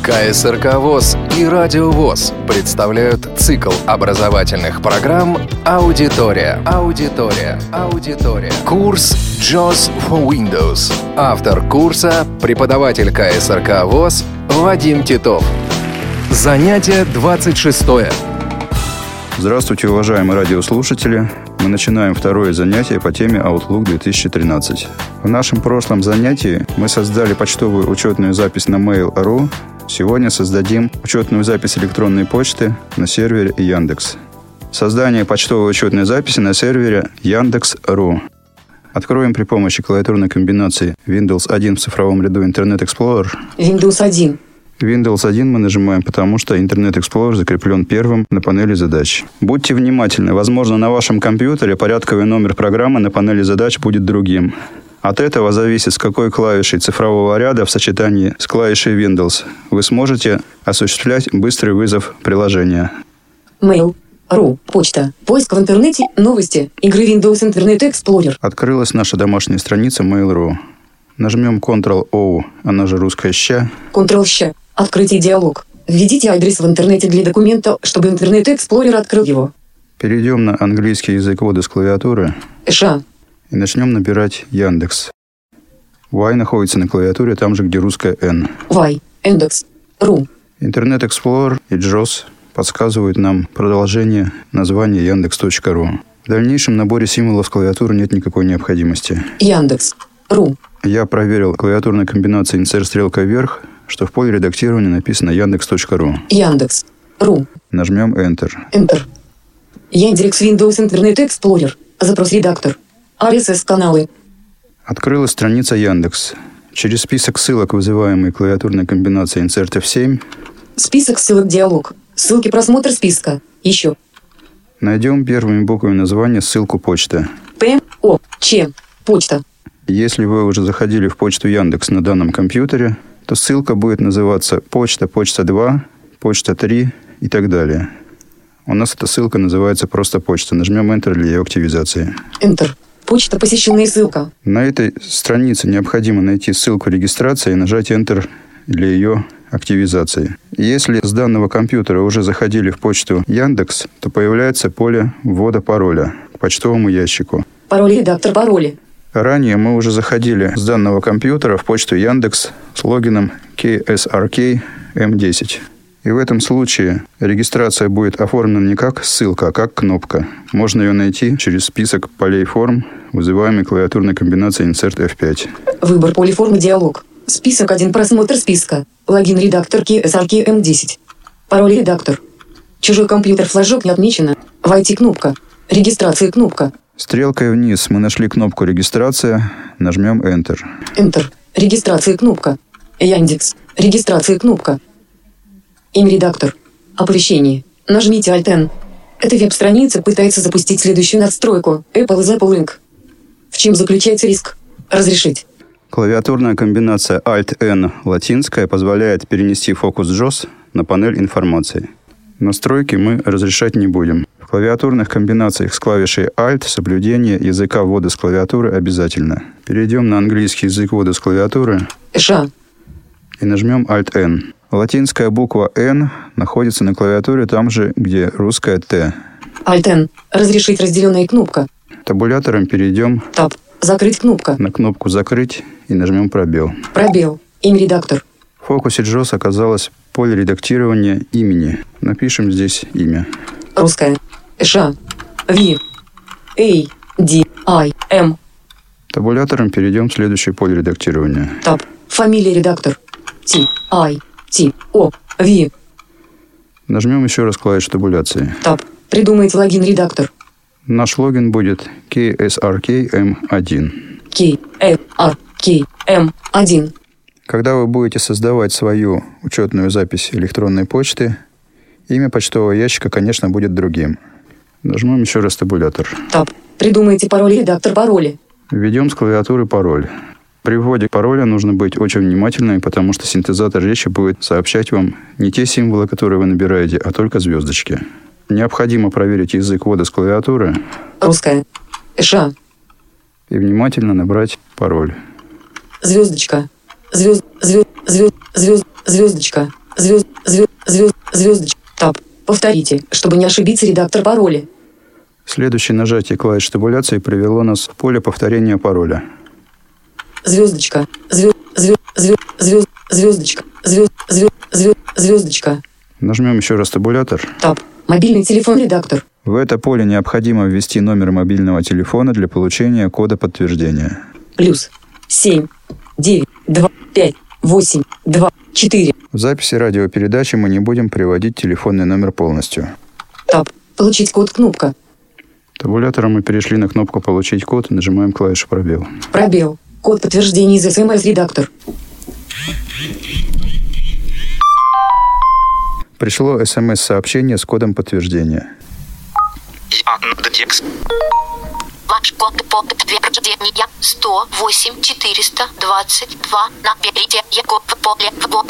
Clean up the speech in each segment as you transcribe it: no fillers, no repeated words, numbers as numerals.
КСРК ВОС и Радио ВОС представляют цикл образовательных программ «Аудитория». Курс JAWS for Windows. Автор курса – преподаватель КСРК ВОС Вадим Титов. Занятие 26. Здравствуйте, уважаемые радиослушатели! Мы начинаем второе занятие по теме Outlook 2013. В нашем прошлом занятии мы создали почтовую учетную запись на Mail.ru. Сегодня создадим учетную запись электронной почты на сервере Яндекс. Создание почтовой учетной записи на сервере Яндекс.ру. Откроем при помощи клавиатурной комбинации Windows 1 в цифровом ряду Internet Explorer. Windows 1. Windows 1 мы нажимаем, потому что Internet Explorer закреплен первым на панели задач. Будьте внимательны, возможно, на вашем компьютере порядковый номер программы на панели задач будет другим. От этого зависит, с какой клавишей цифрового ряда в сочетании с клавишей Windows вы сможете осуществлять быстрый вызов приложения. Mail.ru. Почта. Поиск в интернете. Новости. Игры Windows Internet Explorer. Открылась наша домашняя страница Mail.ru. Нажмем Ctrl-O, она же русская ща. Ctrl-ща. Открытие диалог. Введите адрес в интернете для документа, чтобы Internet Explorer открыл его. Перейдем на английский язык ввода с клавиатуры. ША. И начнем набирать Яндекс. Y находится на клавиатуре там же, где русская N. Y. Яндекс.ру. Internet Explorer и JAWS подсказывают нам продолжение названия Яндекс.ру. В дальнейшем наборе символов с клавиатуры нет никакой необходимости. Яндекс.ру. Я проверил клавиатурной комбинацией Insert стрелка вверх, что в поле редактирования написано Яндекс.ру. Яндекс.ру. Нажмем Enter. Enter. Яндекс Windows Internet Explorer. Запрос редактор. RSS-каналы. Открылась страница Яндекс. Через список ссылок, вызываемый клавиатурной комбинацией Insert F7. Список ссылок диалог. Ссылки просмотр списка. Еще. Найдем первыми буквами названия ссылку почта. П-О-Ч. Почта. Если вы уже заходили в почту Яндекс на данном компьютере, то ссылка будет называться почта, почта 2, почта 3 и так далее. У нас эта ссылка называется просто почта. Нажмем Enter для ее активизации. Enter. Почта посещенная ссылка. На этой странице необходимо найти ссылку регистрации и нажать Enter для ее активизации. Если с данного компьютера уже заходили в почту Яндекс, то появляется поле ввода пароля к почтовому ящику. Пароль редактор пароля. Ранее мы уже заходили с данного компьютера в почту Яндекс с логином KSRK-M10. И в этом случае регистрация будет оформлена не как ссылка, а как кнопка. Можно ее найти через список полей форм, вызываемый клавиатурной комбинацией Insert F5. Выбор полей формы диалог. Список 1. Просмотр списка. Логин редактор KSRK-M10. Пароль редактор. Чужой компьютер флажок не отмечено. Войти кнопка. Регистрация кнопка. Стрелкой вниз мы нашли кнопку «Регистрация». Нажмем Enter. Enter. Регистрация кнопка. Яндекс. Регистрация кнопка. Имя редактор. Оповещение. Нажмите Alt-N. Эта веб-страница пытается запустить следующую надстройку. Apple is Apple Inc. В чем заключается риск? Разрешить. Клавиатурная комбинация Alt-N латинская позволяет перенести фокус JAWS на панель информации. Настройки мы разрешать не будем. В клавиатурных комбинациях с клавишей Alt соблюдение языка ввода с клавиатуры обязательно. Перейдем на английский язык ввода с клавиатуры ША. И нажмем Alt-N. Латинская буква N находится на клавиатуре там же, где русская Т. Alt-N. Разрешить разделенная кнопка. Табулятором перейдем Таб. Закрыть кнопка. на кнопку «Закрыть» и нажмем пробел. Пробел. Имя редактор. В фокусе JAWS оказалось поле редактирования имени. Напишем здесь имя. Русская. ША. В. А. Д. I. М. Табулятором перейдем в следующее поле редактирования. Таб. Фамилия редактор. Т. I. Т. О. В. Нажмем еще раз клавишу табуляции. Таб. Придумайте логин редактор. Наш логин будет KSRK-M1. KSRK-M1. Когда вы будете создавать свою учетную запись электронной почты, имя почтового ящика, конечно, будет другим. Нажмем еще раз табулятор. Таб. Придумайте пароль редактор пароля. Введем с клавиатуры пароль. При вводе пароля нужно быть очень внимательным, потому что синтезатор речи будет сообщать вам не те символы, которые вы набираете, а только звездочки. Необходимо проверить язык ввода с клавиатуры. Русская. ША. И внимательно набрать пароль. Звездочка. Звездочка. звездочка. Таб. Повторите, чтобы не ошибиться, редактор пароля. Следующее нажатие клавиш табуляции привело нас в поле повторения пароля. Звездочка. Звездочка. Нажмем еще раз табулятор. Таб. Мобильный телефон редактор. В это поле необходимо ввести номер мобильного телефона для получения кода подтверждения. Плюс 7 9 2 5 8 2 4. В записи радиопередачи мы не будем приводить телефонный номер полностью. Таб. Получить код кнопка. Табулятором мы перешли на кнопку «Получить код» и нажимаем клавишу «Пробел». Пробел. Код подтверждения из СМС редактор. Пришло СМС-сообщение с кодом подтверждения. Ваш код подтверждения 108 422. Наберите код в поле ввода.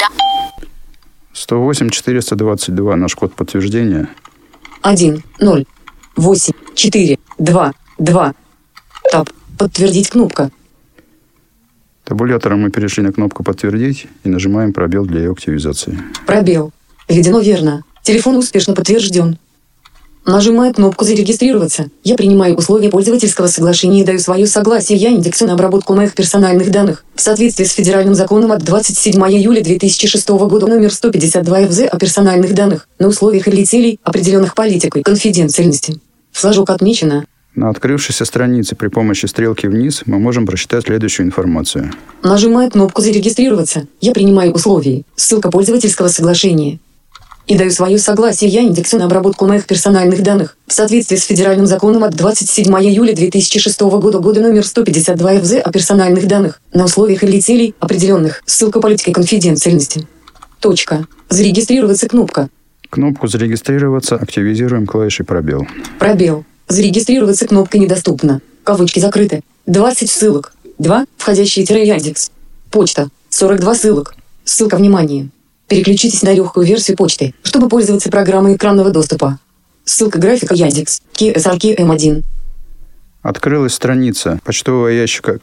108 422 наш код подтверждения. 1 0 8 4 2 2. Таб. Подтвердить кнопка. Табулятором мы перешли на кнопку «Подтвердить» и нажимаем пробел для ее активизации. Пробел. Введено верно. Телефон успешно подтвержден. Нажимаю кнопку «Зарегистрироваться». Я принимаю условия пользовательского соглашения и даю свое согласие Яндексу на обработку моих персональных данных в соответствии с федеральным законом от 27 июля 2006 года номер 152 ФЗ о персональных данных на условиях или целей, определенных политикой конфиденциальности. Флажок отмечено. На открывшейся странице при помощи стрелки вниз мы можем прочитать следующую информацию. Нажимаю кнопку «Зарегистрироваться». Я принимаю условия. Ссылка пользовательского соглашения. И даю свое согласие Яндексу на обработку моих персональных данных в соответствии с федеральным законом от 27 июля 2006 года номер 152 ФЗ о персональных данных на условиях или целей, определенных ссылка политикой конфиденциальности. Точка. Зарегистрироваться кнопка. Кнопку «Зарегистрироваться» активизируем клавишей «Пробел». Пробел. Зарегистрироваться кнопка недоступна. Кавычки закрыты. 20 ссылок. 2. Входящие Яндекс. Почта. 42 ссылок. Ссылка внимание. Переключитесь на легкую версию почты, чтобы пользоваться программой экранного доступа. Ссылка графика Яндекс. KSRKM1. Открылась страница почтового ящика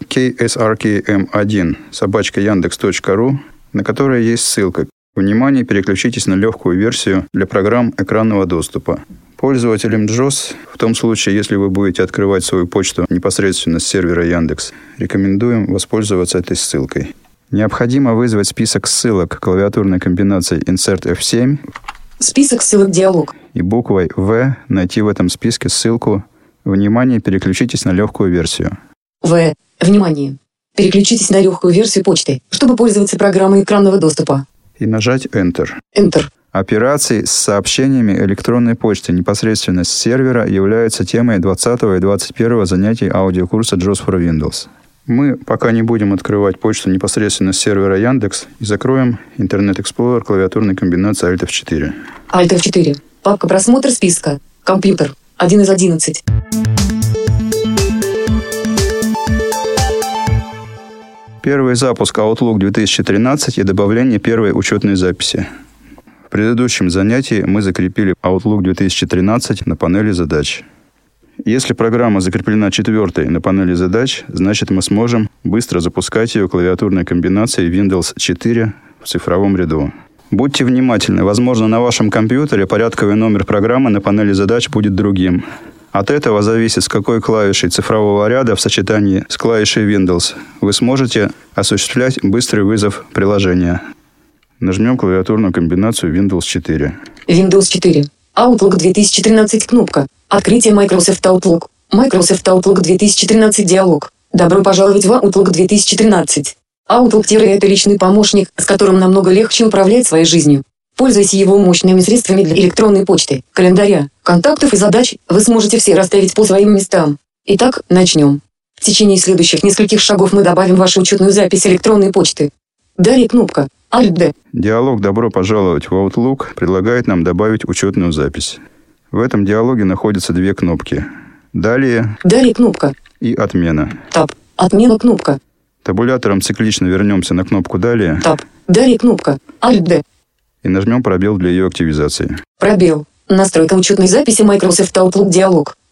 KSRKM1 @yandex.ru, на которой есть ссылка. Внимание, переключитесь на легкую версию для программ экранного доступа. Пользователям JOS, в том случае, если вы будете открывать свою почту непосредственно с сервера Яндекс, рекомендуем воспользоваться этой ссылкой. Необходимо вызвать список ссылок клавиатурной комбинацией Insert F7. Список ссылок диалог. И буквой V найти в этом списке ссылку «Внимание, переключитесь на легкую версию». В. Внимание. Переключитесь на легкую версию почты, чтобы пользоваться программой экранного доступа. И нажать Enter. Enter. Операции с сообщениями электронной почты непосредственно с сервера являются темой 20 и 21 занятий аудиокурса JOS for Windows. Мы пока не будем открывать почту непосредственно с сервера Яндекс и закроем Internet Explorer клавиатурной комбинацией Alt F4. Alt F4. Папка «Просмотр списка». Компьютер. 1 из 11. Первый запуск Outlook 2013 и добавление первой учетной записи. В предыдущем занятии мы закрепили Outlook 2013 на панели задач. Если программа закреплена 4 на панели задач, значит мы сможем быстро запускать ее клавиатурной комбинацией Windows 4 в цифровом ряду. Будьте внимательны, возможно, на вашем компьютере порядковый номер программы на панели задач будет другим. От этого зависит, с какой клавишей цифрового ряда в сочетании с клавишей Windows вы сможете осуществлять быстрый вызов приложения. Нажмем клавиатурную комбинацию Windows 4. Windows 4. Outlook 2013 кнопка. Открытие Microsoft Outlook. Microsoft Outlook 2013 диалог. Добро пожаловать в Outlook 2013. Outlook – это личный помощник, с которым намного легче управлять своей жизнью. Пользуясь его мощными средствами для электронной почты, календаря, контактов и задач, вы сможете все расставить по своим местам. Итак, начнем. В течение следующих нескольких шагов мы добавим вашу учетную запись электронной почты. Далее кнопка Alt-D. Диалог «Добро пожаловать в Outlook» предлагает нам добавить учетную запись. В этом диалоге находятся две кнопки. Далее кнопка и «Отмена». Таб. Отмена кнопка. Табулятором циклично вернемся на кнопку «Далее». Таб. Далее кнопка Alt-D. И нажмем пробел для ее активизации. Пробел. Настройка учетной записи Microsoft Outlook диалог.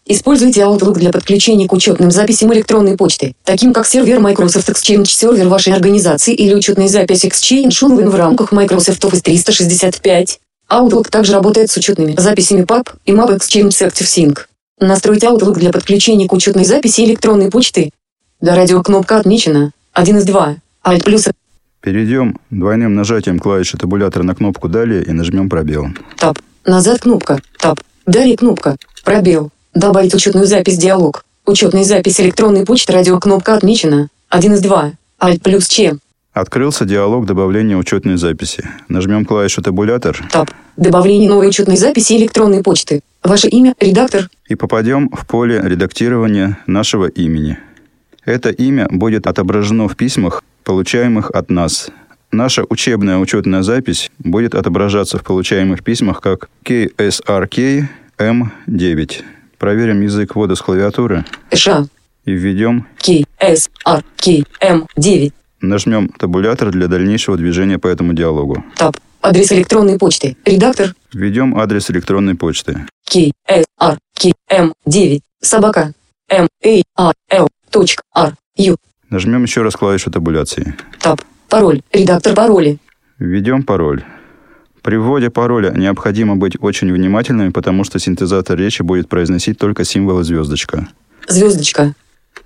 Используйте Outlook для подключения к учетным записям электронной почты, таким как сервер Microsoft Exchange, сервер вашей организации или учетная запись Exchange Online в рамках Microsoft Office 365. Outlook также работает с учетными записями PAP и MAP Exchange ActiveSync. Настройте Outlook для подключения к учетной записи электронной почты. До радио кнопка отмечена. 1 из 2. Alt плюс. Перейдем двойным нажатием клавиши табулятора на кнопку «Далее» и нажмем пробел. Таб. Назад кнопка. Таб. Далее кнопка. Пробел. Добавить учетную запись диалог. Учетная запись электронной почты радио кнопка отмечена. 1 из 2. Alt плюс Ч. Открылся диалог добавления учетной записи. Нажмем клавишу табулятор. Таб. Добавление новой учетной записи электронной почты. Ваше имя, редактор. И попадем в поле редактирования нашего имени. Это имя будет отображено в письмах, получаемых от нас. Наша учебная учетная запись будет отображаться в получаемых письмах как KSRK M9. Проверим язык ввода с клавиатуры. ША. И введем KSRK M9. Нажмем табулятор для дальнейшего движения по этому диалогу. Таб. Адрес электронной почты. Редактор. Введем адрес электронной почты. KSRK M9. Собака. MAL.ru. Нажмем еще раз клавишу табуляции. Таб. Пароль. Редактор пароля. Введем пароль. При вводе пароля необходимо быть очень внимательными, потому что синтезатор речи будет произносить только символы звездочка. Звездочка.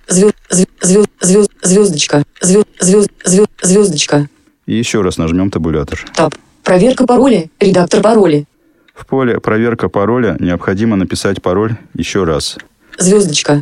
Звездочка. Звездочка. И еще раз нажмем табулятор. Таб. Проверка пароля. Редактор пароля. В поле «Проверка пароля» необходимо написать пароль еще раз. Звездочка.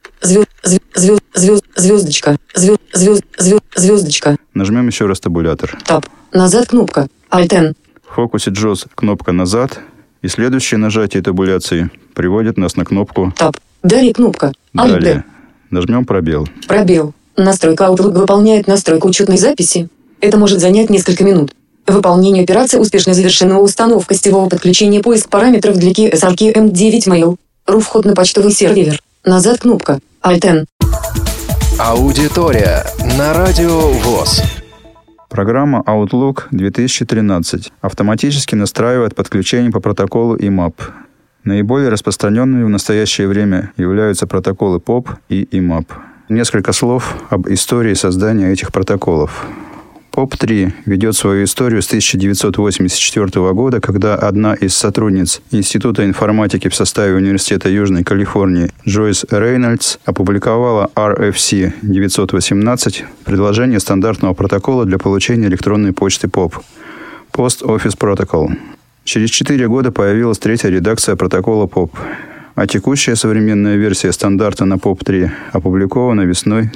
Звездочка. Звездочка. Нажмем еще раз табулятор. Таб. Назад кнопка. Alt-N. В фокусе JAWS кнопка «Назад», и следующее нажатие табуляции приводит нас на кнопку Таб. Далее кнопка. «Далее». Нажмем пробел. Пробел. Настройка Outlook выполняет настройку учетной записи. Это может занять несколько минут. Выполнение операции успешно завершено. Установка сетевого подключения, поиск параметров для KSRK M9 Mail. Вход на почтовый сервер. Назад кнопка. Alt-N. Аудитория на радио ВОС. Программа Outlook 2013 автоматически настраивает подключение по протоколу IMAP. Наиболее распространенными в настоящее время являются протоколы POP и IMAP. Несколько слов об истории создания этих протоколов. POP3 ведет свою историю с 1984 года, когда одна из сотрудниц Института информатики в составе Университета Южной Калифорнии Джойс Рейнольдс опубликовала RFC 918 предложение стандартного протокола для получения электронной почты POP – Post Office Protocol. Через 4 года появилась третья редакция протокола POP, а текущая современная версия стандарта на POP3 опубликована весной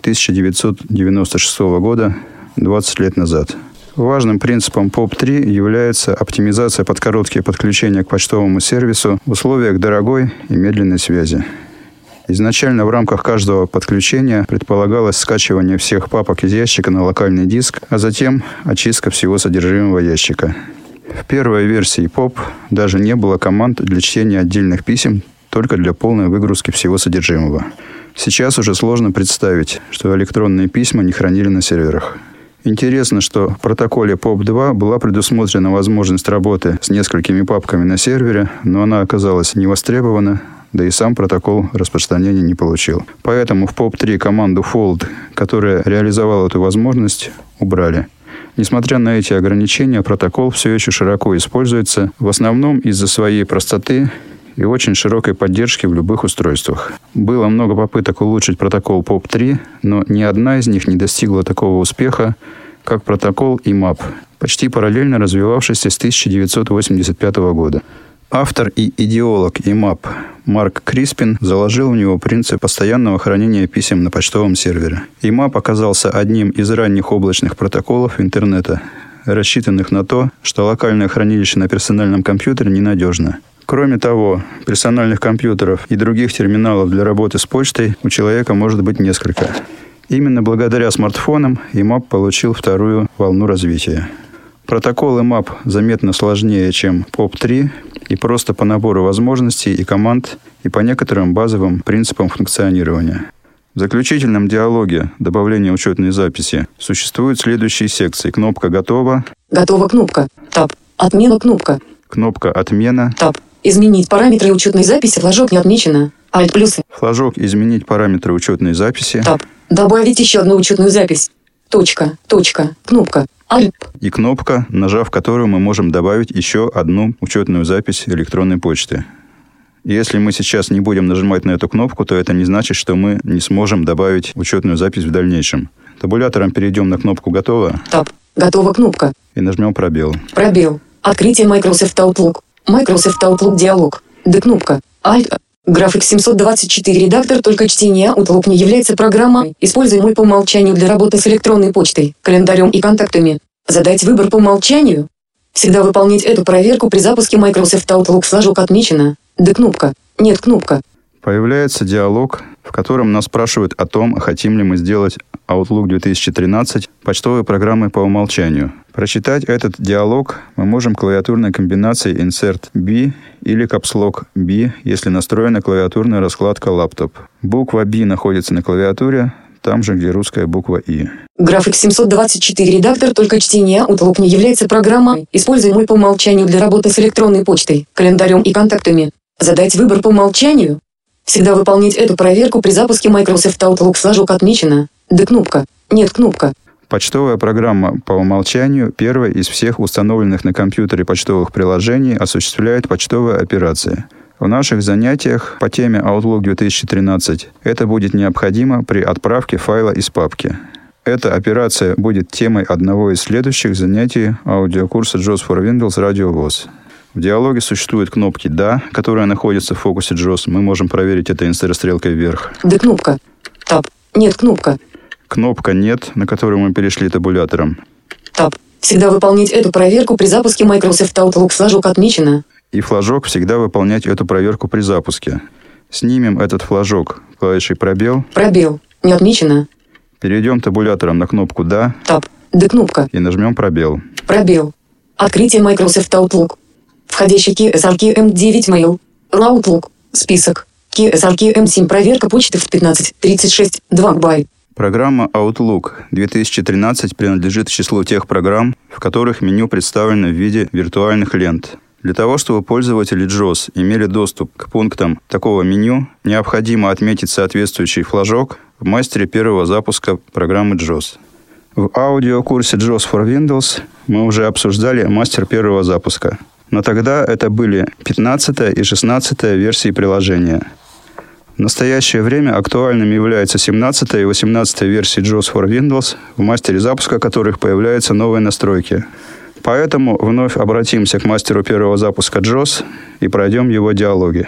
1996 года, 20 лет назад. Важным принципом POP3 является оптимизация под короткие подключения к почтовому сервису в условиях дорогой и медленной связи. Изначально в рамках каждого подключения предполагалось скачивание всех папок из ящика на локальный диск, а затем очистка всего содержимого ящика. В первой версии POP даже не было команд для чтения отдельных писем, только для полной выгрузки всего содержимого. Сейчас уже сложно представить, что электронные письма не хранили на серверах. Интересно, что в протоколе POP2 была предусмотрена возможность работы с несколькими папками на сервере, но она оказалась не востребована, да и сам протокол распространения не получил. Поэтому в POP3 команду fold, которая реализовала эту возможность, убрали. Несмотря на эти ограничения, протокол все еще широко используется, в основном из-за своей простоты и очень широкой поддержки в любых устройствах. Было много попыток улучшить протокол POP3, но ни одна из них не достигла такого успеха, как протокол IMAP, почти параллельно развивавшийся с 1985 года. Автор и идеолог IMAP Марк Криспин заложил в него принцип постоянного хранения писем на почтовом сервере. IMAP оказался одним из ранних облачных протоколов интернета, рассчитанных на то, что локальное хранилище на персональном компьютере ненадежно. Кроме того, персональных компьютеров и других терминалов для работы с почтой у человека может быть несколько. Именно благодаря смартфонам IMAP получил вторую волну развития. Протокол IMAP заметно сложнее, чем POP3, и просто по набору возможностей и команд, и по некоторым базовым принципам функционирования. В заключительном диалоге добавления учетной записи существуют следующие секции. Кнопка «Готово». Готова кнопка. Таб. Отмена кнопка. Кнопка «Отмена». Таб. Изменить параметры учетной записи. Флажок не отмечено. Alt плюсы. Флажок «Изменить параметры учетной записи». Таб. Добавить еще одну учетную запись. Точка. Кнопка. Alt. И кнопка, нажав которую мы можем добавить еще одну учетную запись электронной почты. Если мы сейчас не будем нажимать на эту кнопку, то это не значит, что мы не сможем добавить учетную запись в дальнейшем. Табулятором перейдем на кнопку «Готово». Таб. Готова кнопка. И нажмем пробел. Пробел. Открытие Microsoft Outlook. Microsoft Outlook диалог. Д-кнопка. Alt. График 724 редактор, только чтение Outlook не является программой, используемой по умолчанию для работы с электронной почтой, календарем и контактами. Задать выбор по умолчанию. Всегда выполнить эту проверку при запуске Microsoft Outlook. Флажок отмечено. Д-кнопка. Нет кнопка. Появляется диалог, в котором нас спрашивают о том, хотим ли мы сделать Outlook 2013 почтовой программой по умолчанию. Прочитать этот диалог мы можем клавиатурной комбинацией Insert B или Caps Lock B, если настроена клавиатурная раскладка Laptop. Буква B находится на клавиатуре, там же, где русская буква И. График 724 редактор, только чтение Outlook не является программой, используемой по умолчанию для работы с электронной почтой, календарем и контактами. Задать выбор по умолчанию. Всегда выполнить эту проверку при запуске Microsoft Outlook. Флажок отмечено. Д-кнопка. Нет кнопка. Почтовая программа по умолчанию, первая из всех установленных на компьютере почтовых приложений, осуществляет почтовые операции. В наших занятиях по теме Outlook 2013 это будет необходимо при отправке файла из папки. Эта операция будет темой одного из следующих занятий аудиокурса JAWS for Windows Radio ВОС. В диалоге существуют кнопки «Да», которые находятся в фокусе JAWS. Мы можем проверить это инстрой-стрелкой вверх. Д-кнопка. Таб. Нет кнопка. Кнопка «Нет», на которую мы перешли табулятором. Таб. Всегда выполнить эту проверку при запуске Microsoft Outlook. Флажок отмечено. И флажок «Всегда выполнять эту проверку при запуске». Снимем этот флажок клавишей «Пробел». Пробел. Не отмечено. Перейдем табулятором на кнопку «Да». Таб. Д-кнопка. И нажмем «Пробел». Пробел. Открытие Microsoft Outlook. Входящий KSRK M9 Mail. Outlook. Список. KSRK M7. Проверка почты в 15:36. 2 байт. Программа Outlook 2013 принадлежит к числу тех программ, в которых меню представлено в виде виртуальных лент. Для того, чтобы пользователи JAWS имели доступ к пунктам такого меню, необходимо отметить соответствующий флажок в мастере первого запуска программы JAWS. В аудиокурсе JAWS for Windows мы уже обсуждали мастер первого запуска. Но тогда это были 15 и 16 версии приложения. В настоящее время актуальными являются 17 и 18 версии JAWS for Windows, в мастере запуска которых появляются новые настройки. Поэтому вновь обратимся к мастеру первого запуска JAWS и пройдем его диалоги.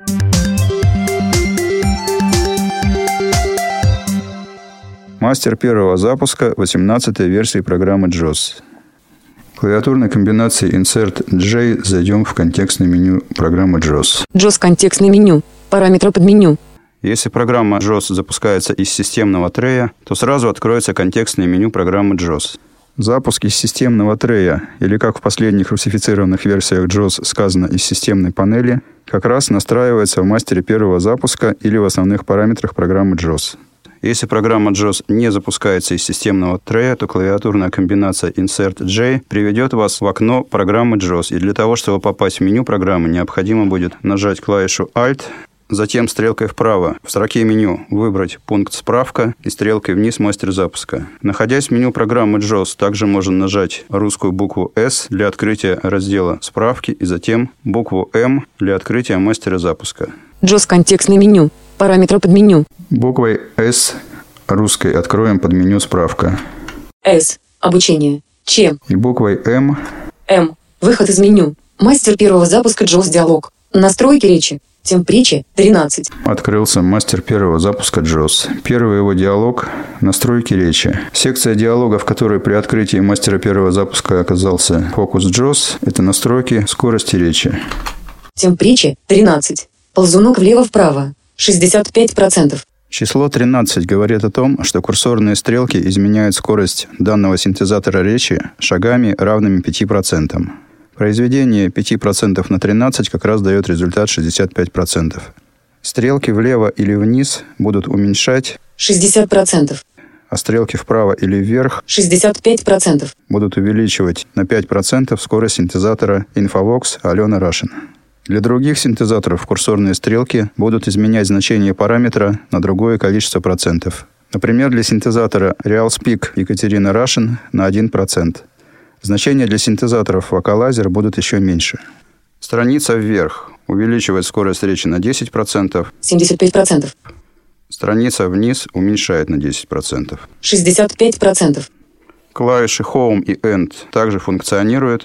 Мастер первого запуска 18 версии программы JAWS. Клавиатурной комбинацией Insert J зайдем в контекстное меню программы JAWS. JAWS контекстное меню. Параметры под меню. Если программа JAWS запускается из системного трея, то сразу откроется контекстное меню программы JAWS. Запуск из системного трея, или как в последних русифицированных версиях JAWS сказано из системной панели, как раз настраивается в мастере первого запуска или в основных параметрах программы JAWS. Если программа JAWS не запускается из системного трея, то клавиатурная комбинация Insert J приведет вас в окно программы JAWS. И для того, чтобы попасть в меню программы, необходимо будет нажать клавишу Alt, затем стрелкой вправо в строке меню выбрать пункт «Справка» и стрелкой вниз «Мастер запуска». Находясь в меню программы JAWS, также можно нажать русскую букву S для открытия раздела «Справки» и затем букву M для открытия мастера запуска. JAWS контекстное меню. Параметры под меню. Буквой S русской откроем под меню «Справка». S. Обучение. Чем. И буквой M. M. Выход из меню. Мастер первого запуска JAWS диалог. Настройки речи. Темпречи 13. Открылся мастер первого запуска JAWS. Первый его диалог – настройки речи. Секция диалога, в которой при открытии мастера первого запуска оказался фокус JAWS – это настройки скорости речи. Темпречи 13. Ползунок влево-вправо 65%. Число 13 говорит о том, что курсорные стрелки изменяют скорость данного синтезатора речи шагами, равными 5%. Произведение 5% на 13 как раз дает результат 65%. Стрелки влево или вниз будут уменьшать 60%. А стрелки вправо или вверх 65%. будут увеличивать на 5% скорость синтезатора Infavox Alena Russian. Для других синтезаторов курсорные стрелки будут изменять значение параметра на другое количество процентов. Например, для синтезатора RealSpeak Екатерина Рашин на 1%. Значения для синтезаторов Vocalizer будут еще меньше. Страница вверх увеличивает скорость речи на 10%. 75%. Страница вниз уменьшает на 10%. 65%. Клавиши Home и End также функционируют,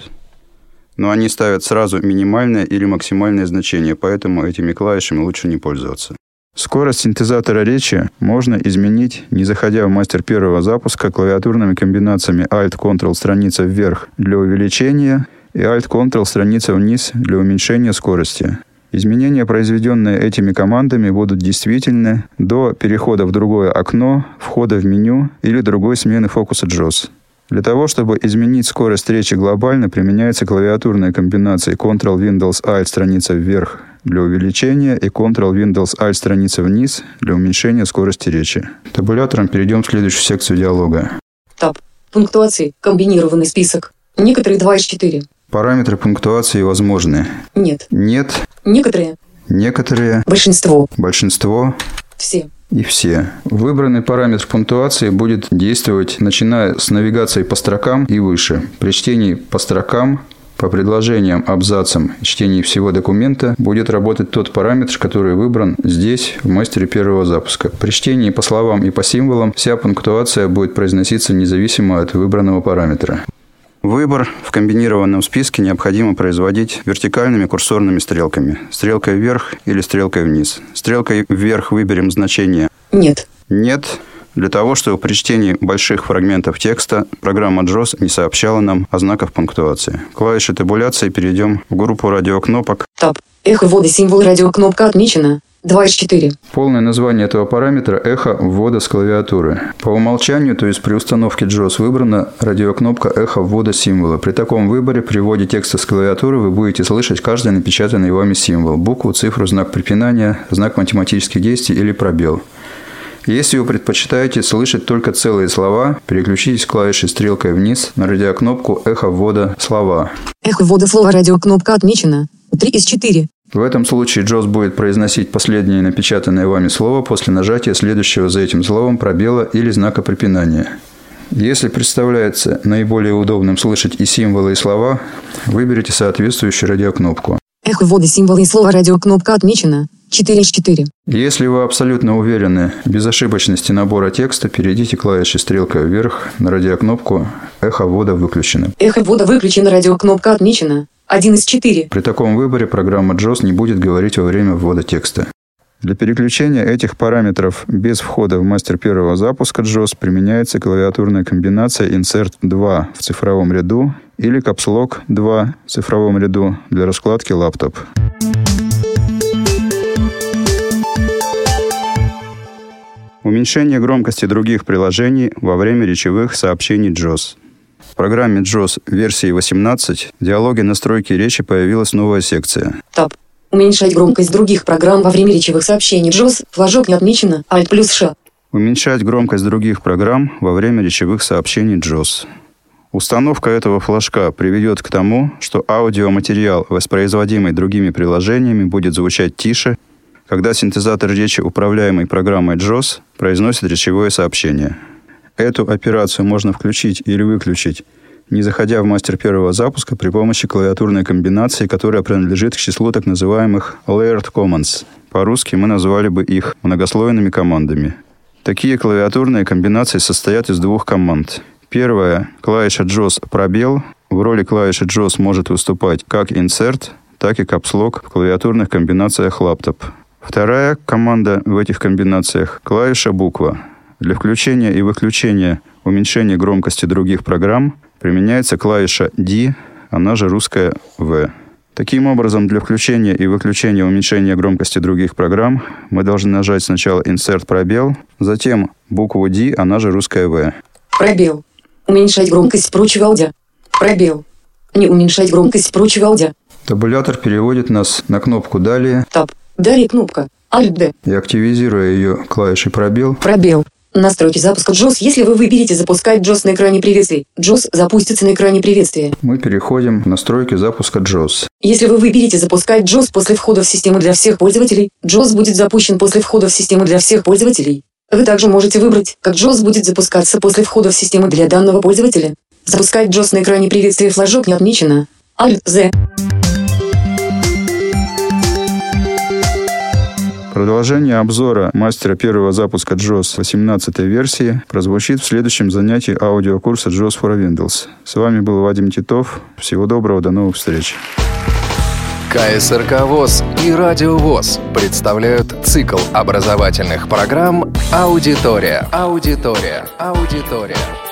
но они ставят сразу минимальное или максимальное значение, поэтому этими клавишами лучше не пользоваться. Скорость синтезатора речи можно изменить, не заходя в мастер первого запуска, клавиатурными комбинациями Alt-Ctrl страница вверх для увеличения и Alt-Ctrl страница вниз для уменьшения скорости. Изменения, произведенные этими командами, будут действительны до перехода в другое окно, входа в меню или другой смены фокуса JAWS. Для того, чтобы изменить скорость речи глобально, применяется клавиатурная комбинация Ctrl-Windows-Alt страница вверх для увеличения и Ctrl-Windows-Alt страница вниз для уменьшения скорости речи. Табулятором перейдем в следующую секцию диалога. Таб. Пунктуации. Комбинированный список. Некоторые 2 из 4. Параметры пунктуации возможны. Нет. Нет. Некоторые. Некоторые. Большинство. Большинство. Все. И все. Выбранный параметр пунктуации будет действовать, начиная с навигации по строкам и выше. При чтении по строкам, по предложениям, абзацам, чтении всего документа будет работать тот параметр, который выбран здесь, в мастере первого запуска. При чтении по словам и по символам вся пунктуация будет произноситься независимо от выбранного параметра. Выбор в комбинированном списке необходимо производить вертикальными курсорными стрелками. Стрелкой вверх или стрелкой вниз. Стрелкой вверх выберем значение «Нет». «Нет», для того, чтобы при чтении больших фрагментов текста программа JAWS не сообщала нам о знаках пунктуации. Клавиши табуляции перейдем в группу радиокнопок. Таб. Эхо ввода символ радиокнопка отмечено. 2 из 4. Полное название этого параметра – эхо ввода с клавиатуры. По умолчанию, то есть при установке JAWS, выбрана радиокнопка эхо ввода символа. При таком выборе при вводе текста с клавиатуры вы будете слышать каждый напечатанный вами символ, букву, цифру, знак препинания, знак математических действий или пробел. Если вы предпочитаете слышать только целые слова, переключитесь клавишей стрелкой вниз на радиокнопку эхо ввода слова. Эхо ввода слова радиокнопка отмечено. 3 из 4. В этом случае JAWS будет произносить последнее напечатанное вами слово после нажатия следующего за этим словом пробела или знака препинания. Если представляется наиболее удобным слышать и символы, и слова, выберите соответствующую радиокнопку. Эхо ввода символа и слова радиокнопка отмечено. 4 из 4. Если вы абсолютно уверены в безошибочности набора текста, перейдите клавишей стрелкой вверх на радиокнопку «Эхо ввода выключено». Эхо ввода выключено, радиокнопка отмечена. 1 из 4. При таком выборе программа JAWS не будет говорить во время ввода текста. Для переключения этих параметров без входа в мастер первого запуска JAWS применяется клавиатурная комбинация Insert 2 в цифровом ряду или Caps Lock 2 в цифровом ряду для раскладки лаптоп. Уменьшение громкости других приложений во время речевых сообщений JAWS. В программе JAWS версии 18 в диалоге настройки речи появилась новая секция. Таб. Уменьшать громкость других программ во время речевых сообщений JAWS. Флажок не отмечено. Alt плюс Ш. Уменьшать громкость других программ во время речевых сообщений JAWS. Установка этого флажка приведет к тому, что аудиоматериал, воспроизводимый другими приложениями, будет звучать тише, когда синтезатор речи, управляемый программой JAWS, произносит речевое сообщение. Эту операцию можно включить или выключить, не заходя в мастер первого запуска при помощи клавиатурной комбинации, которая принадлежит к числу так называемых layered commands. По-русски мы назвали бы их многослойными командами. Такие клавиатурные комбинации состоят из двух команд. Первая – клавиша JAWS пробел. В роли клавиши JAWS может выступать как Insert, так и Caps Lock в клавиатурных комбинациях лаптоп. Вторая команда в этих комбинациях – клавиша буква. Для включения и выключения уменьшения громкости других программ применяется клавиша D, она же русская V. Таким образом, для включения и выключения уменьшения громкости других программ мы должны нажать сначала Insert пробел, затем букву D, она же русская V. Пробел. Уменьшать громкость прочего аудио. Пробел. Не уменьшать громкость прочего аудио. Табулятор переводит нас на кнопку «Далее». Таб. Далее кнопка. Alt-D. И активизируя ее клавишей пробел. Пробел. Настройки запуска JAWS. Если вы выберете запускать JAWS на экране приветствий, JAWS запустится на экране приветствия. Мы переходим в настройки запуска JAWS. Если вы выберете запускать JOS после входа в систему для всех пользователей, JOS будет запущен после входа в систему для всех пользователей. Вы также можете выбрать, как JOS будет запускаться после входа в систему для данного пользователя. Запускать JOS на экране приветствия флажок не отмечено. Alt-Z. Продолжение обзора мастера первого запуска JOS 18 версии прозвучит в следующем занятии аудиокурса JOS for Windows. С вами был Вадим Титов. Всего доброго, до новых встреч. КСРК ВОС и Радио ВОС представляют цикл образовательных программ «Аудитория».